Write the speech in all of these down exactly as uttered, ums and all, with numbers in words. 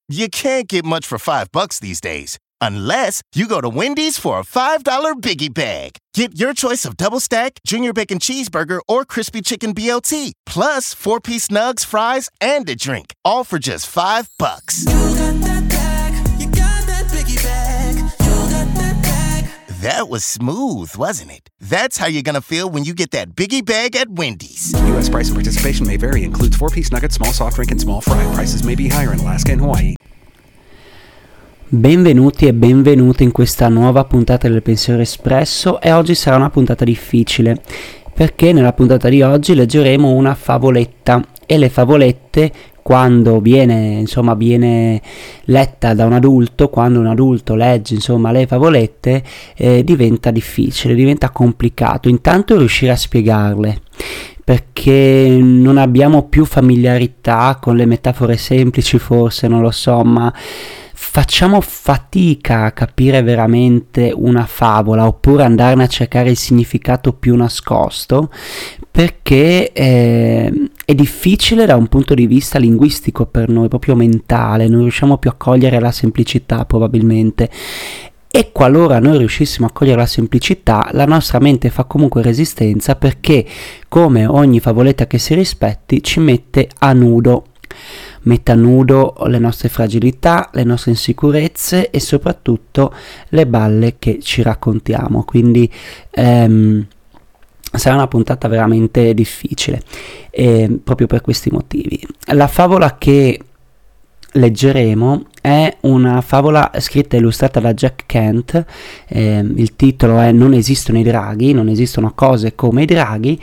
You can't get much for five bucks these days. Unless you go to Wendy's for a five dollar Biggie Bag. Get your choice of double stack, junior bacon cheeseburger, or crispy chicken B L T. Plus four-piece nugs, fries, and a drink. All for just five bucks. You got that bag. You got that Biggie Bag. You got that bag. That was smooth, wasn't it? That's how you're gonna feel when you get that Biggie Bag at Wendy's. U S price and participation may vary. Includes four-piece nuggets, small soft drink, and small fry. Prices may be higher in Alaska and Hawaii. Benvenuti e benvenuti in questa nuova puntata del Pensiero Espresso, e oggi sarà una puntata difficile perché nella puntata di oggi leggeremo una favoletta, e le favolette, quando viene insomma viene letta da un adulto, quando un adulto legge insomma le favolette, eh, diventa difficile, diventa complicato intanto riuscire a spiegarle, perché non abbiamo più familiarità con le metafore semplici, forse, non lo so, ma facciamo fatica a capire veramente una favola, oppure andarne a cercare il significato più nascosto, perché eh, è difficile da un punto di vista linguistico per noi, proprio mentale, non riusciamo più a cogliere la semplicità probabilmente. E qualora noi riuscissimo a cogliere la semplicità, la nostra mente fa comunque resistenza, perché come ogni favoletta che si rispetti ci mette a nudo. Mette a nudo le nostre fragilità, le nostre insicurezze e soprattutto le balle che ci raccontiamo. Quindi ehm, sarà una puntata veramente difficile, eh, proprio per questi motivi. La favola che leggeremo è una favola scritta e illustrata da Jack Kent. Eh, il titolo è Non esistono i draghi, non esistono cose come i draghi.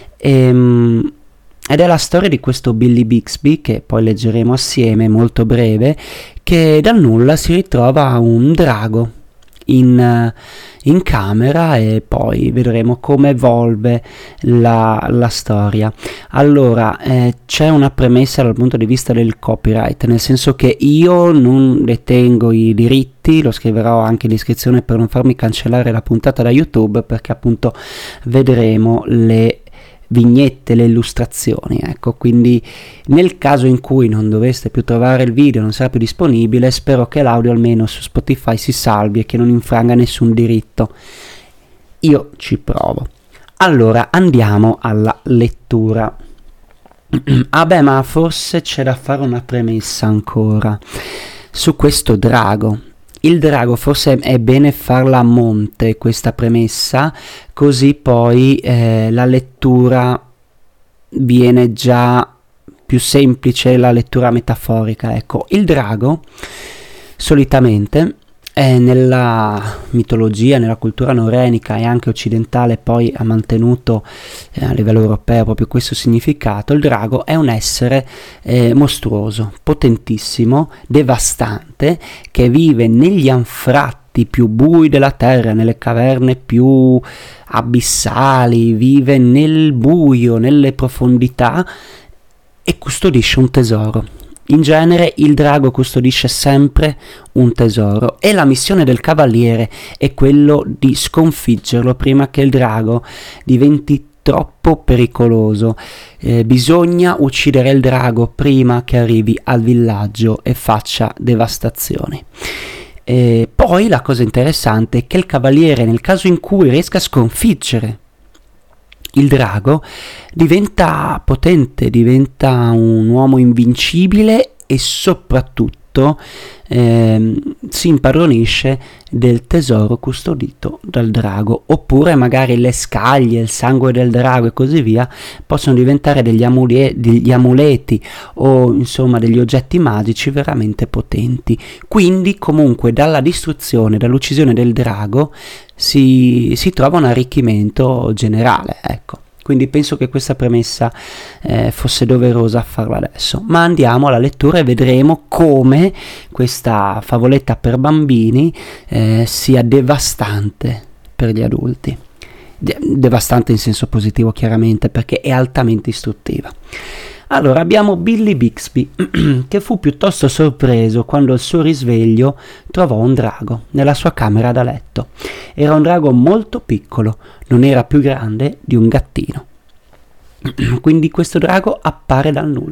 Ehm, Ed è la storia di questo Billy Bixby, che poi leggeremo assieme, molto breve, che dal nulla si ritrova un drago in, in camera, e poi vedremo come evolve la, la storia. Allora, eh, c'è una premessa dal punto di vista del copyright, nel senso che io non detengo i diritti, lo scriverò anche in descrizione per non farmi cancellare la puntata da YouTube, perché appunto vedremo le vignette, le illustrazioni, ecco. Quindi nel caso in cui non doveste più trovare il video, non sarà più disponibile, spero che l'audio almeno su Spotify si salvi e che non infranga nessun diritto. Io ci provo. Allora andiamo alla lettura. Ah beh, ma forse c'è da fare una premessa ancora su questo drago. Il drago, forse è bene farla a monte questa premessa, così poi eh, la lettura viene già più semplice, la lettura metaforica. Ecco, il drago solitamente eh, nella mitologia, nella cultura norenica e anche occidentale, poi ha mantenuto eh, a livello europeo proprio questo significato. Il drago è un essere eh, mostruoso, potentissimo, devastante, che vive negli anfratti più bui della terra, nelle caverne più abissali, vive nel buio, nelle profondità, e custodisce un tesoro. In genere il drago custodisce sempre un tesoro, e la missione del cavaliere è quello di sconfiggerlo prima che il drago diventi troppo pericoloso. Eh, bisogna uccidere il drago prima che arrivi al villaggio e faccia devastazioni. E poi la cosa interessante è che il cavaliere, nel caso in cui riesca a sconfiggere il drago, diventa potente, diventa un uomo invincibile, e soprattutto ehm, si impadronisce del tesoro custodito dal drago. Oppure magari le scaglie, il sangue del drago e così via possono diventare degli, amule- degli amuleti o insomma degli oggetti magici veramente potenti. Quindi comunque dalla distruzione, dall'uccisione del drago si, si trova un arricchimento generale, ecco. Quindi penso che questa premessa eh, fosse doverosa farla adesso. Ma andiamo alla lettura e vedremo come questa favoletta per bambini eh, sia devastante per gli adulti. De- devastante in senso positivo, chiaramente, perché è altamente istruttiva. Allora abbiamo Billy Bixby che fu piuttosto sorpreso quando al suo risveglio trovò un drago nella sua camera da letto. Era un drago molto piccolo, non era più grande di un gattino. Quindi questo drago appare dal nulla.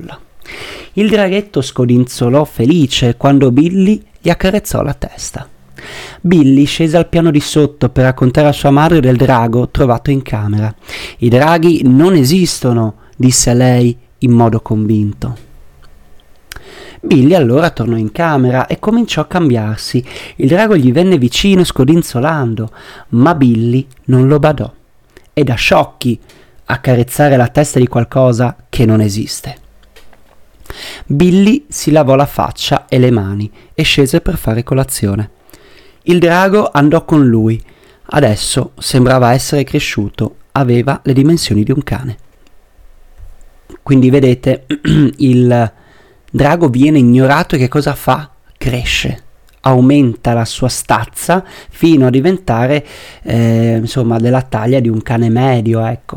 Il draghetto scodinzolò felice quando Billy gli accarezzò la testa. Billy scese al piano di sotto per raccontare a sua madre del drago trovato in camera. I draghi non esistono, disse lei in modo convinto. Billy allora tornò in camera e cominciò a cambiarsi. Il drago gli venne vicino scodinzolando, ma Billy non lo badò. È da sciocchi accarezzare la testa di qualcosa che non esiste. Billy si lavò la faccia e le mani e scese per fare colazione. Il drago andò con lui. Adesso sembrava essere cresciuto, aveva le dimensioni di un cane. Quindi vedete, il drago viene ignorato e che cosa fa? Cresce, aumenta la sua stazza fino a diventare eh, insomma della taglia di un cane medio, ecco.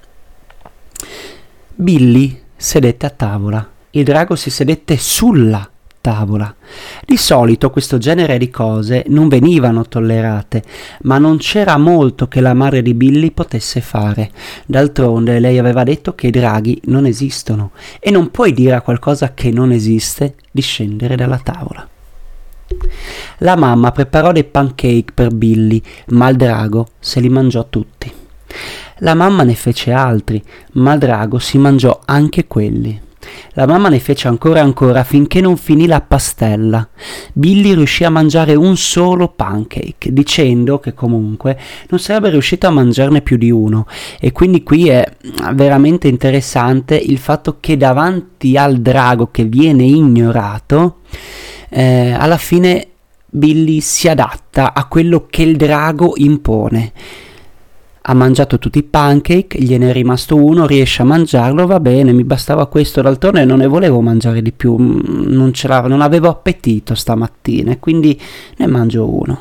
Billy sedette a tavola. Il drago si sedette sulla tavola. Di solito questo genere di cose non venivano tollerate, ma non c'era molto che la madre di Billy potesse fare. D'altronde lei aveva detto che i draghi non esistono e non puoi dire a qualcosa che non esiste di scendere dalla tavola. La mamma preparò dei pancake per Billy, ma il drago se li mangiò tutti. La mamma ne fece altri, ma il drago si mangiò anche quelli. La mamma ne fece ancora e ancora finché non finì la pastella. Billy riuscì a mangiare un solo pancake, dicendo che comunque non sarebbe riuscito a mangiarne più di uno. E quindi qui è veramente interessante il fatto che davanti al drago che viene ignorato, eh, alla fine Billy si adatta a quello che il drago impone. Ha mangiato tutti i pancake, gliene è rimasto uno, riesce a mangiarlo, va bene, mi bastava questo, d'altronde non ne volevo mangiare di più, non, ce non avevo appetito stamattina e quindi ne mangio uno.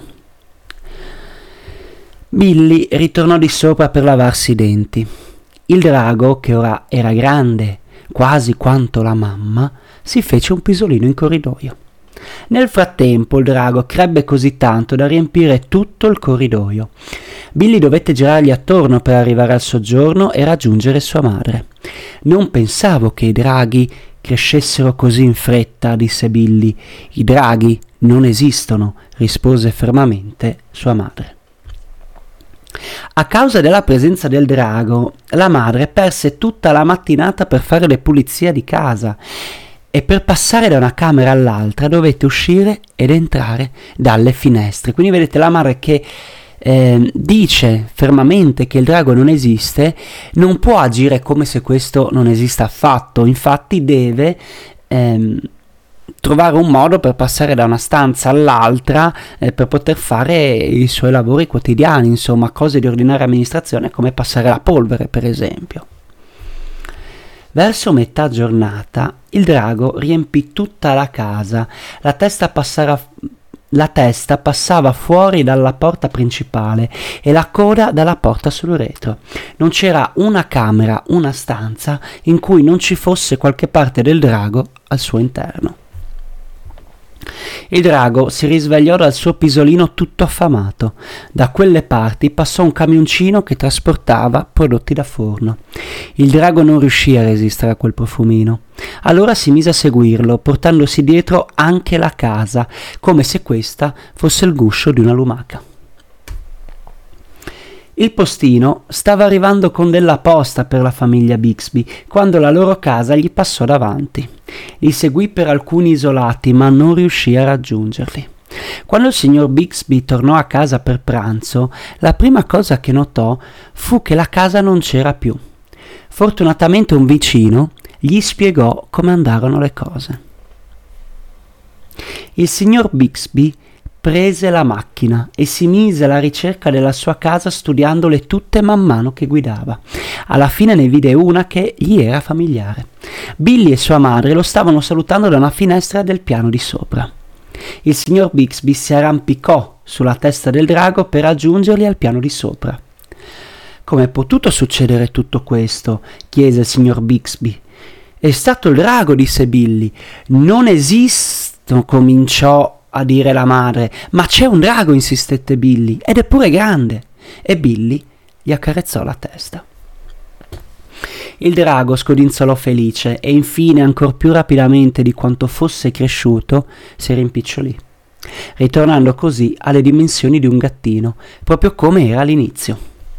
Billy ritornò di sopra per lavarsi i denti. Il drago, che ora era grande, quasi quanto la mamma, si fece un pisolino in corridoio. Nel frattempo il drago crebbe così tanto da riempire tutto il corridoio. Billy dovette girargli attorno per arrivare al soggiorno e raggiungere sua madre. Non pensavo che i draghi crescessero così in fretta, disse Billy. I draghi non esistono, rispose fermamente sua madre. A causa della presenza del drago, la madre perse tutta la mattinata per fare le pulizie di casa e per passare da una camera all'altra dovete uscire ed entrare dalle finestre. Quindi vedete la madre che eh, dice fermamente che il drago non esiste, non può agire come se questo non esista affatto, infatti deve ehm, trovare un modo per passare da una stanza all'altra eh, per poter fare i suoi lavori quotidiani, insomma cose di ordinaria amministrazione come passare la polvere per esempio. Verso metà giornata il drago riempì tutta la casa, la testa, passara, la testa passava fuori dalla porta principale e la coda dalla porta sul retro. Non c'era una camera, una stanza in cui non ci fosse qualche parte del drago al suo interno. Il drago si risvegliò dal suo pisolino tutto affamato. Da quelle parti passò un camioncino che trasportava prodotti da forno. Il drago non riuscì a resistere a quel profumino. Allora si mise a seguirlo, portandosi dietro anche la casa, come se questa fosse il guscio di una lumaca. Il postino stava arrivando con della posta per la famiglia Bixby quando la loro casa gli passò davanti. Li seguì per alcuni isolati, ma non riuscì a raggiungerli. Quando il signor Bixby tornò a casa per pranzo, la prima cosa che notò fu che la casa non c'era più. Fortunatamente un vicino gli spiegò come andarono le cose. Il signor Bixby prese la macchina e si mise alla ricerca della sua casa studiandole tutte man mano che guidava. Alla fine ne vide una che gli era familiare. Billy e sua madre lo stavano salutando da una finestra del piano di sopra. Il signor Bixby si arrampicò sulla testa del drago per raggiungerli al piano di sopra. «Come è potuto succedere tutto questo?» chiese il signor Bixby. «È stato il drago», disse Billy. «Non esistono», cominciò a dire la madre. «Ma c'è un drago», insistette Billy, «ed è pure grande». E Billy gli accarezzò la testa. Il drago scodinzolò felice e infine, ancor più rapidamente di quanto fosse cresciuto, si rimpicciolì, ritornando così alle dimensioni di un gattino, proprio come era all'inizio.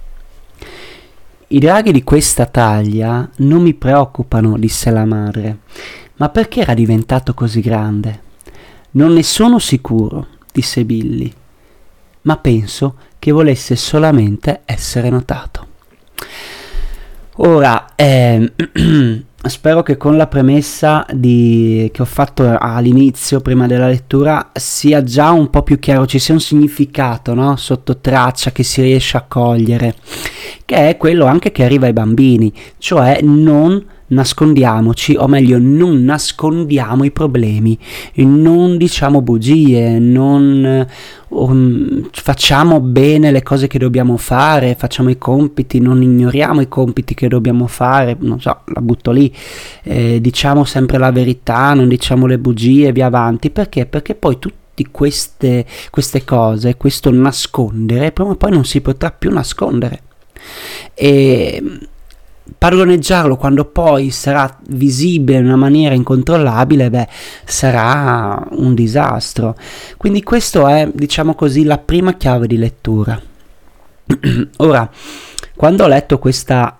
I draghi di questa taglia non mi preoccupano, disse la madre. Ma perché era diventato così grande? Non ne sono sicuro, disse Billy, ma penso che volesse solamente essere notato. Ora, eh, spero che con la premessa di, che ho fatto all'inizio, prima della lettura, sia già un po' più chiaro, ci sia un significato, no? Sotto traccia che si riesce a cogliere, che è quello anche che arriva ai bambini, cioè non nascondiamoci, o meglio non nascondiamo i problemi, non diciamo bugie, non um, facciamo bene le cose che dobbiamo fare, facciamo i compiti, non ignoriamo i compiti che dobbiamo fare, non so, la butto lì, eh, diciamo sempre la verità, non diciamo le bugie, via avanti. Perché? Perché poi tutte queste, queste cose, questo nascondere, prima o poi non si potrà più nascondere. E padroneggiarlo quando poi sarà visibile in una maniera incontrollabile, beh, sarà un disastro. Quindi questo è, diciamo così, la prima chiave di lettura. Ora, quando ho letto questa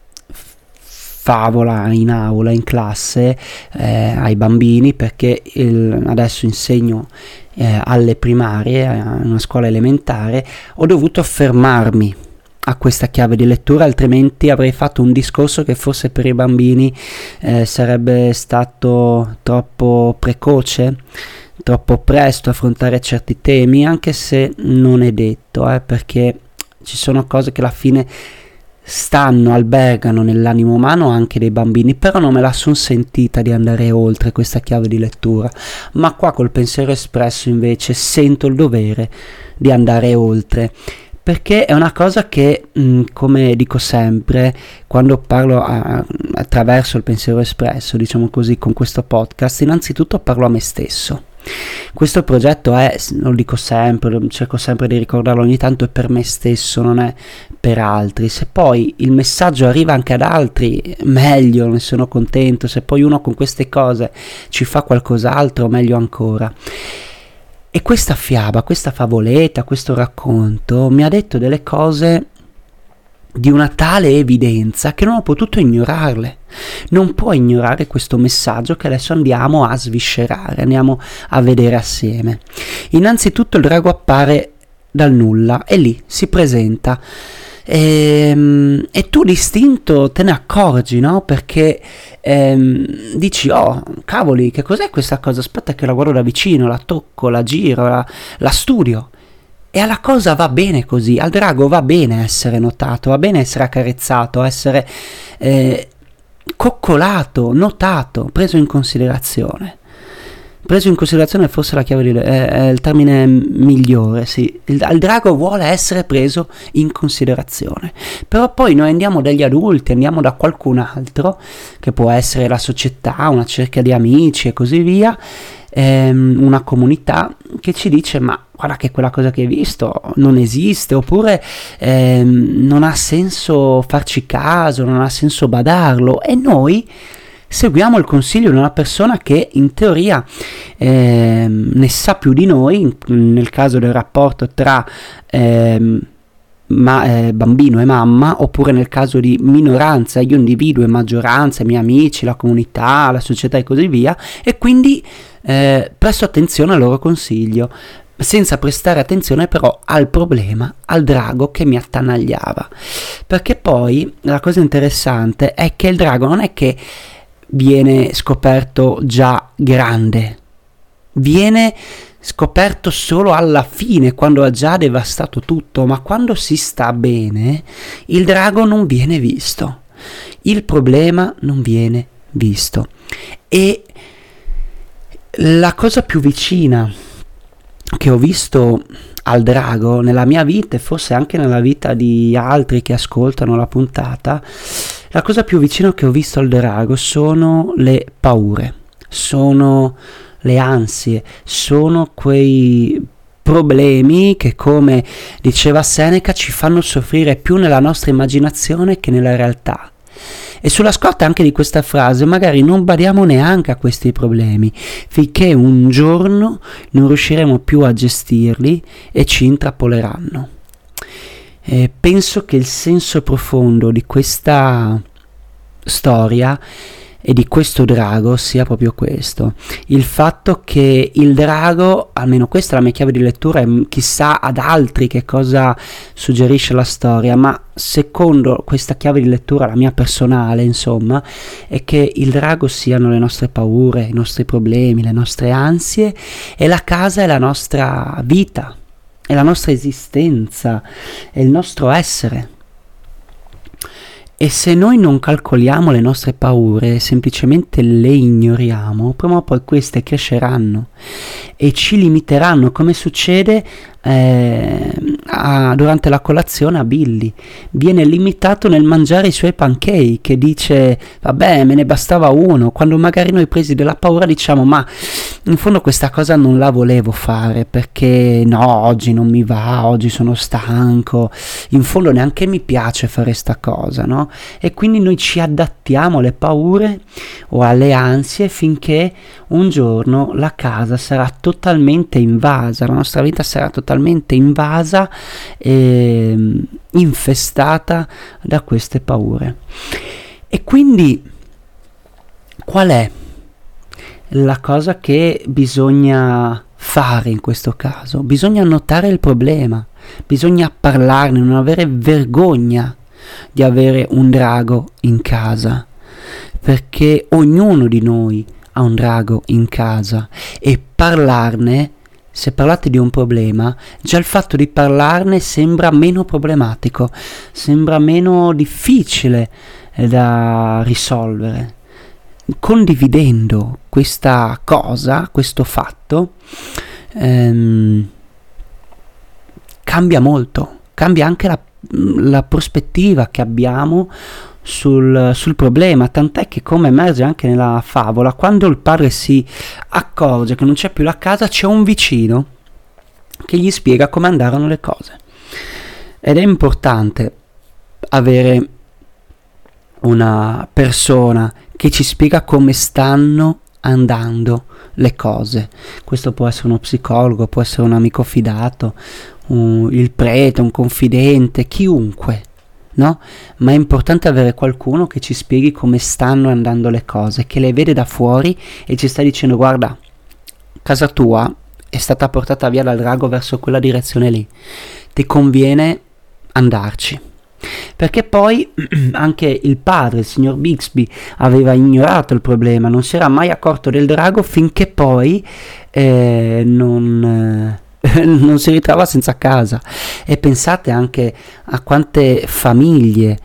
favola in aula, in classe, eh, ai bambini, perché il, adesso insegno eh, alle primarie, a una scuola elementare, ho dovuto fermarmi a questa chiave di lettura, altrimenti avrei fatto un discorso che forse per i bambini eh, sarebbe stato troppo precoce, troppo presto affrontare certi temi, anche se non è detto, eh, perché ci sono cose che alla fine stanno, albergano nell'animo umano anche dei bambini, però non me la son sentita di andare oltre questa chiave di lettura, ma qua col pensiero espresso invece sento il dovere di andare oltre, perché è una cosa che, mh, come dico sempre quando parlo a, attraverso il pensiero espresso, diciamo così, con questo podcast, innanzitutto parlo a me stesso. Questo progetto è, lo dico sempre, cerco sempre di ricordarlo ogni tanto, è per me stesso, non è per altri. Se poi il messaggio arriva anche ad altri, meglio, ne sono contento. Se poi uno con queste cose ci fa qualcos'altro, meglio ancora. E questa fiaba, questa favoletta, questo racconto mi ha detto delle cose di una tale evidenza che non ho potuto ignorarle. Non può ignorare questo messaggio che adesso andiamo a sviscerare, andiamo a vedere assieme. Innanzitutto il drago appare dal nulla e lì si presenta. E, e tu d'istinto te ne accorgi, no? Perché ehm, dici, oh cavoli, che cos'è questa cosa? Aspetta che la guardo da vicino, la tocco, la giro, la, la studio. E alla cosa va bene così, al drago va bene essere notato, va bene essere accarezzato, essere eh, coccolato, notato, preso in considerazione. Preso in considerazione è forse la chiave di, è, è il termine migliore, sì. Il, il drago vuole essere preso in considerazione, però poi noi andiamo dagli adulti, andiamo da qualcun altro, che può essere la società, una cerchia di amici e così via, ehm, una comunità che ci dice, ma guarda che quella cosa che hai visto non esiste, oppure ehm, non ha senso farci caso, non ha senso badarlo, e noi seguiamo il consiglio di una persona che in teoria eh, ne sa più di noi, nel caso del rapporto tra eh, ma, eh, bambino e mamma, oppure nel caso di minoranza, io individuo e maggioranza, i miei amici, la comunità, la società e così via, e quindi eh, presto attenzione al loro consiglio, senza prestare attenzione però al problema, al drago che mi attanagliava. Perché poi la cosa interessante è che il drago non è che viene scoperto già grande, viene scoperto solo alla fine, quando ha già devastato tutto, ma quando si sta bene il drago non viene visto, il problema non viene visto. E la cosa più vicina che ho visto al drago nella mia vita, e forse anche nella vita di altri che ascoltano la puntata, la cosa più vicina che ho visto al drago sono le paure, sono le ansie, sono quei problemi che, come diceva Seneca, ci fanno soffrire più nella nostra immaginazione che nella realtà. E sulla scorta anche di questa frase magari non badiamo neanche a questi problemi, finché un giorno non riusciremo più a gestirli e ci intrappoleranno. E penso che il senso profondo di questa storia e di questo drago sia proprio questo, il fatto che il drago, almeno questa è la mia chiave di lettura, e chissà ad altri che cosa suggerisce la storia, ma secondo questa chiave di lettura, la mia personale insomma, è che il drago siano le nostre paure, i nostri problemi, le nostre ansie, e la casa è la nostra vita, è la nostra esistenza, è il nostro essere. E se noi non calcoliamo le nostre paure, semplicemente le ignoriamo, prima o poi queste cresceranno e ci limiteranno, come succede eh, a, durante la colazione a Billy. Viene limitato nel mangiare i suoi pancake, dice vabbè, me ne bastava uno, quando magari noi presi della paura diciamo ma in fondo questa cosa non la volevo fare perché no, oggi non mi va, oggi sono stanco, in fondo neanche mi piace fare sta cosa, no? E quindi noi ci adattiamo alle paure o alle ansie finché un giorno la casa sarà totalmente invasa, la nostra vita sarà totalmente invasa e infestata da queste paure. E quindi qual è la cosa che bisogna fare in questo caso? Bisogna notare il problema, bisogna parlarne, non avere vergogna di avere un drago in casa, perché ognuno di noi ha un drago in casa, e parlarne, se parlate di un problema, già il fatto di parlarne sembra meno problematico, sembra meno difficile da risolvere. Condividendo questa cosa, questo fatto, ehm, cambia molto, cambia anche la, la prospettiva che abbiamo sul, sul problema, tant'è che, come emerge anche nella favola, quando il padre si accorge che non c'è più la casa, c'è un vicino che gli spiega come andarono le cose. Ed è importante avere una persona che ci spiega come stanno andando le cose. Questo può essere uno psicologo, può essere un amico fidato, un, il prete, un confidente, chiunque, no? Ma è importante avere qualcuno che ci spieghi come stanno andando le cose, che le vede da fuori e ci sta dicendo guarda, casa tua è stata portata via dal drago verso quella direzione lì, ti conviene andarci. Perché poi anche il padre, il signor Bixby, aveva ignorato il problema, non si era mai accorto del drago finché poi eh, non, eh, non si ritrova senza casa. E pensate anche a quante famiglie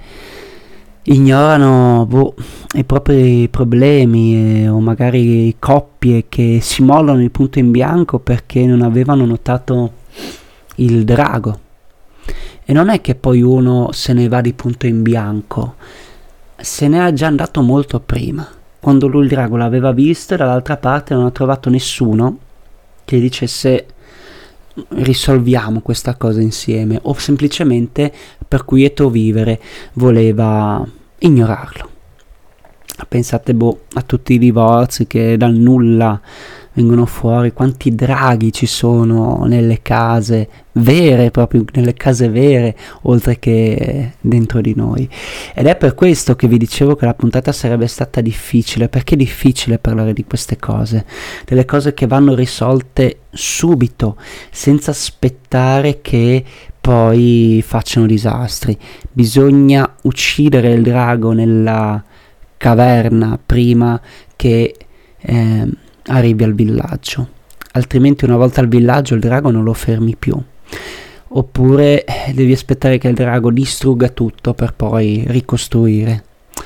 ignorano boh, i propri problemi, eh, o magari coppie che si mollano di punto in bianco perché non avevano notato il drago. E non è che poi uno se ne va di punto in bianco, se ne è già andato molto prima, quando lui il drago l'aveva visto e dall'altra parte non ha trovato nessuno che gli dicesse risolviamo questa cosa insieme, o semplicemente per quieto vivere voleva ignorarlo. Pensate boh, a tutti i divorzi che dal nulla vengono fuori, quanti draghi ci sono nelle case vere, proprio nelle case vere, oltre che dentro di noi. Ed è per questo che vi dicevo che la puntata sarebbe stata difficile, perché è difficile parlare di queste cose, delle cose che vanno risolte subito, senza aspettare che poi facciano disastri. Bisogna uccidere il drago nella caverna prima che eh, arrivi al villaggio, altrimenti una volta al villaggio il drago non lo fermi più, oppure devi aspettare che il drago distrugga tutto per poi ricostruire.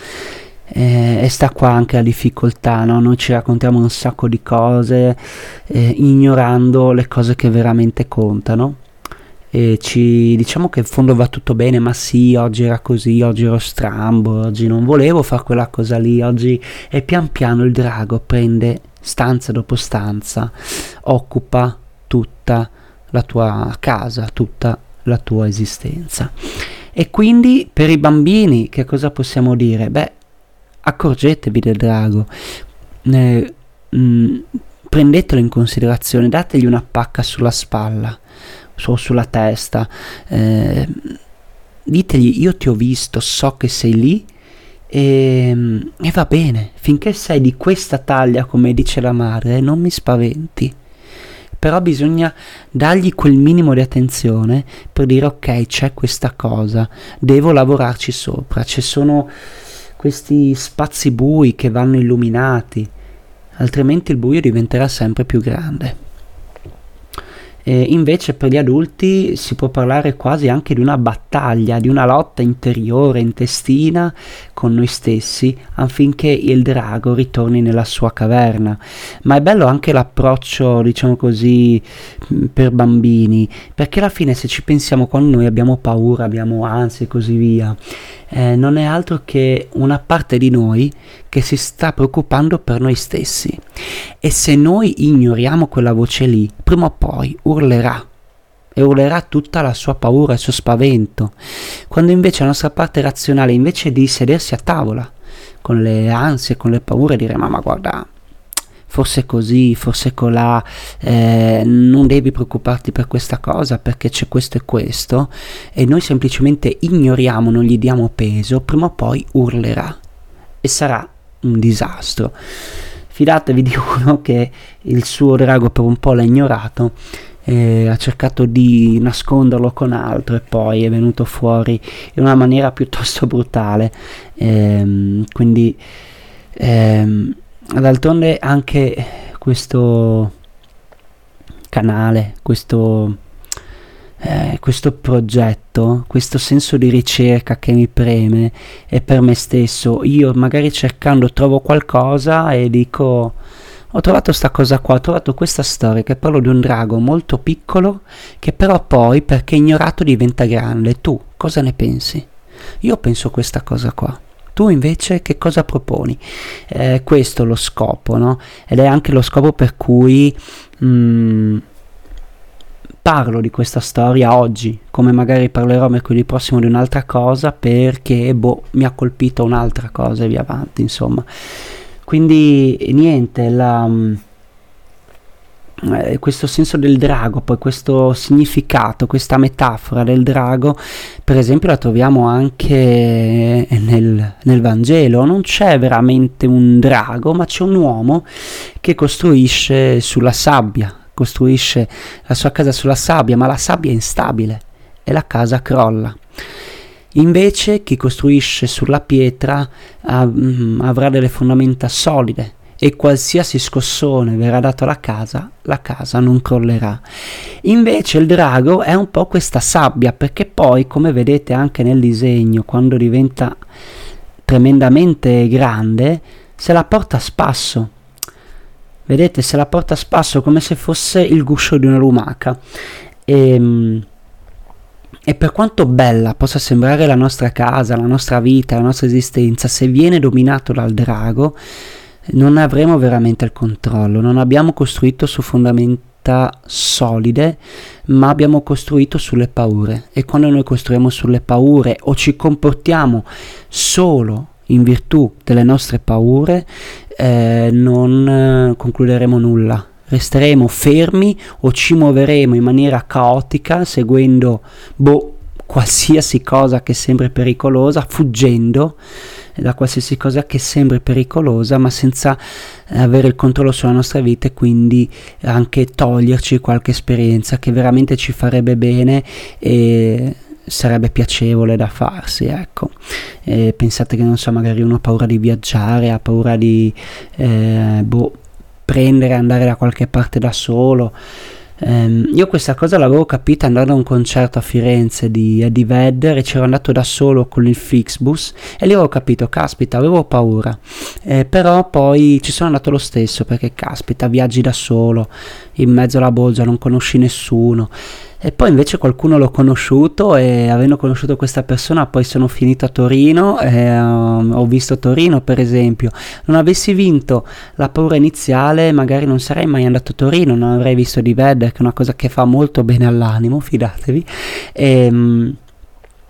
Eh, e sta qua anche la difficoltà, no? Noi ci raccontiamo un sacco di cose eh, ignorando le cose che veramente contano, e ci diciamo che in fondo va tutto bene, ma sì, oggi era così, oggi ero strambo, oggi non volevo fare quella cosa lì, oggi, e pian piano il drago prende stanza dopo stanza, occupa tutta la tua casa, tutta la tua esistenza. E quindi per i bambini che cosa possiamo dire? Beh, accorgetevi del drago, eh, mh, prendetelo in considerazione, dategli una pacca sulla spalla o sulla testa, eh, ditegli io ti ho visto, so che sei lì e, e va bene, finché sei di questa taglia come dice la madre non mi spaventi. Però bisogna dargli quel minimo di attenzione per dire ok, c'è questa cosa, devo lavorarci sopra, ci sono questi spazi bui che vanno illuminati, altrimenti il buio diventerà sempre più grande. E invece per gli adulti si può parlare quasi anche di una battaglia, di una lotta interiore, intestina con noi stessi affinché il drago ritorni nella sua caverna. Ma è bello anche l'approccio, diciamo così, per bambini, perché alla fine se ci pensiamo, quando noi abbiamo paura, abbiamo ansia e così via, eh, non è altro che una parte di noi che si sta preoccupando per noi stessi, e se noi ignoriamo quella voce lì, prima o poi urlerà e urlerà tutta la sua paura e il suo spavento, quando invece la nostra parte razionale, invece di sedersi a tavola con le ansie, con le paure, dire ma, ma guarda, forse così, forse colà, eh, non devi preoccuparti per questa cosa perché c'è questo e questo, e noi semplicemente ignoriamo, non gli diamo peso, prima o poi urlerà e sarà un disastro. Fidatevi di uno che il suo drago per un po' l'ha ignorato, eh, ha cercato di nasconderlo con altro e poi è venuto fuori in una maniera piuttosto brutale, ehm, quindi ehm, d'altronde anche questo canale, questo eh, questo progetto, questo senso di ricerca che mi preme è per me stesso. Io magari cercando trovo qualcosa e dico ho trovato sta cosa qua, ho trovato questa storia che parlo di un drago molto piccolo che però poi perché ignorato diventa grande. Tu cosa ne pensi? Io penso questa cosa qua. Tu invece che cosa proponi? Eh, questo è lo scopo, no? Ed è anche lo scopo per cui mh, parlo di questa storia oggi, come magari parlerò mercoledì prossimo di un'altra cosa perché boh, mi ha colpito un'altra cosa e via avanti, insomma. Quindi niente, la, eh, questo senso del drago, poi questo significato, questa metafora del drago, per esempio la troviamo anche nel, nel Vangelo. Non c'è veramente un drago, ma c'è un uomo che costruisce sulla sabbia, costruisce la sua casa sulla sabbia, ma la sabbia è instabile e la casa crolla. Invece chi costruisce sulla pietra uh, avrà delle fondamenta solide e qualsiasi scossone verrà dato alla casa, la casa non crollerà. Invece il drago è un po' questa sabbia, perché poi, come vedete anche nel disegno, quando diventa tremendamente grande, se la porta a spasso. Vedete, se la porta a spasso come se fosse il guscio di una lumaca. E, e per quanto bella possa sembrare la nostra casa, la nostra vita, la nostra esistenza, se viene dominato dal drago, non avremo veramente il controllo. Non abbiamo costruito su fondamenta solide, ma abbiamo costruito sulle paure. E quando noi costruiamo sulle paure o ci comportiamo solo in virtù delle nostre paure, eh, non eh, concluderemo nulla. Resteremo fermi o ci muoveremo in maniera caotica seguendo boh, qualsiasi cosa che sembri pericolosa, fuggendo da qualsiasi cosa che sembri pericolosa, ma senza avere il controllo sulla nostra vita e quindi anche toglierci qualche esperienza che veramente ci farebbe bene e sarebbe piacevole da farsi, ecco. E pensate che non so, magari uno ha paura di viaggiare, ha paura di eh, boh, prendere e andare da qualche parte da solo. Um, io questa cosa l'avevo capita andando a un concerto a Firenze di Eddie Vedder e c'ero andato da solo con il Flixbus e lì avevo capito, caspita, avevo paura, eh, però poi ci sono andato lo stesso perché caspita, viaggi da solo in mezzo alla bolgia, non conosci nessuno. E poi invece qualcuno l'ho conosciuto e avendo conosciuto questa persona poi sono finito a Torino e um, ho visto Torino per esempio. Non avessi vinto la paura iniziale magari non sarei mai andato a Torino, non avrei visto di Vedder, che è una cosa che fa molto bene all'animo, fidatevi. E, um,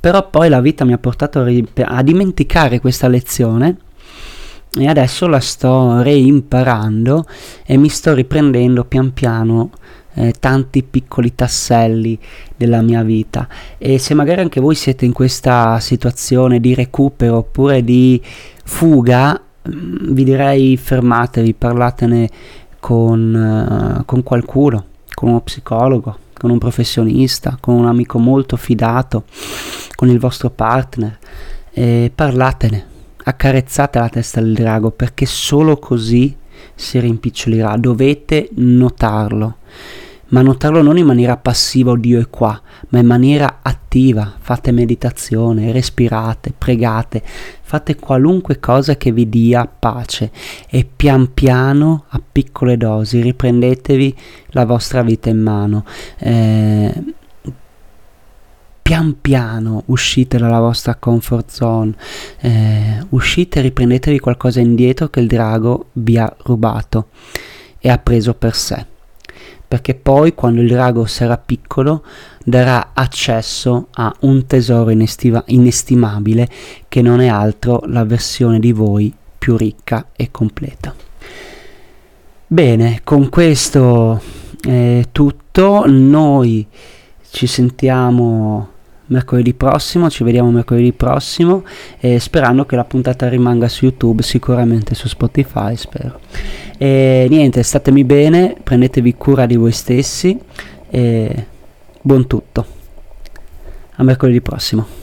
Però poi la vita mi ha portato a, ri- a dimenticare questa lezione e adesso la sto reimparando e mi sto riprendendo pian piano eh, tanti piccoli tasselli della mia vita. E se magari anche voi siete in questa situazione di recupero oppure di fuga, vi direi fermatevi, parlatene con, uh, con qualcuno, con uno psicologo, con un professionista, con un amico molto fidato, con il vostro partner, e parlatene, accarezzate la testa del drago, perché solo così si rimpicciolirà. Dovete notarlo, ma notarlo non in maniera passiva, oddio è qua, ma in maniera attiva. Fate meditazione, respirate, pregate, fate qualunque cosa che vi dia pace e pian piano, a piccole dosi, riprendetevi la vostra vita in mano. Eh, pian piano uscite dalla vostra comfort zone, eh, uscite e riprendetevi qualcosa indietro che il drago vi ha rubato e ha preso per sé. Perché poi quando il drago sarà piccolo darà accesso a un tesoro inestiva, inestimabile che non è altro la versione di voi più ricca e completa. Bene, con questo è tutto, noi ci sentiamo mercoledì prossimo, ci vediamo mercoledì prossimo, eh, sperando che la puntata rimanga su YouTube, sicuramente su Spotify, spero. E niente, statemi bene, prendetevi cura di voi stessi e buon tutto. A mercoledì prossimo.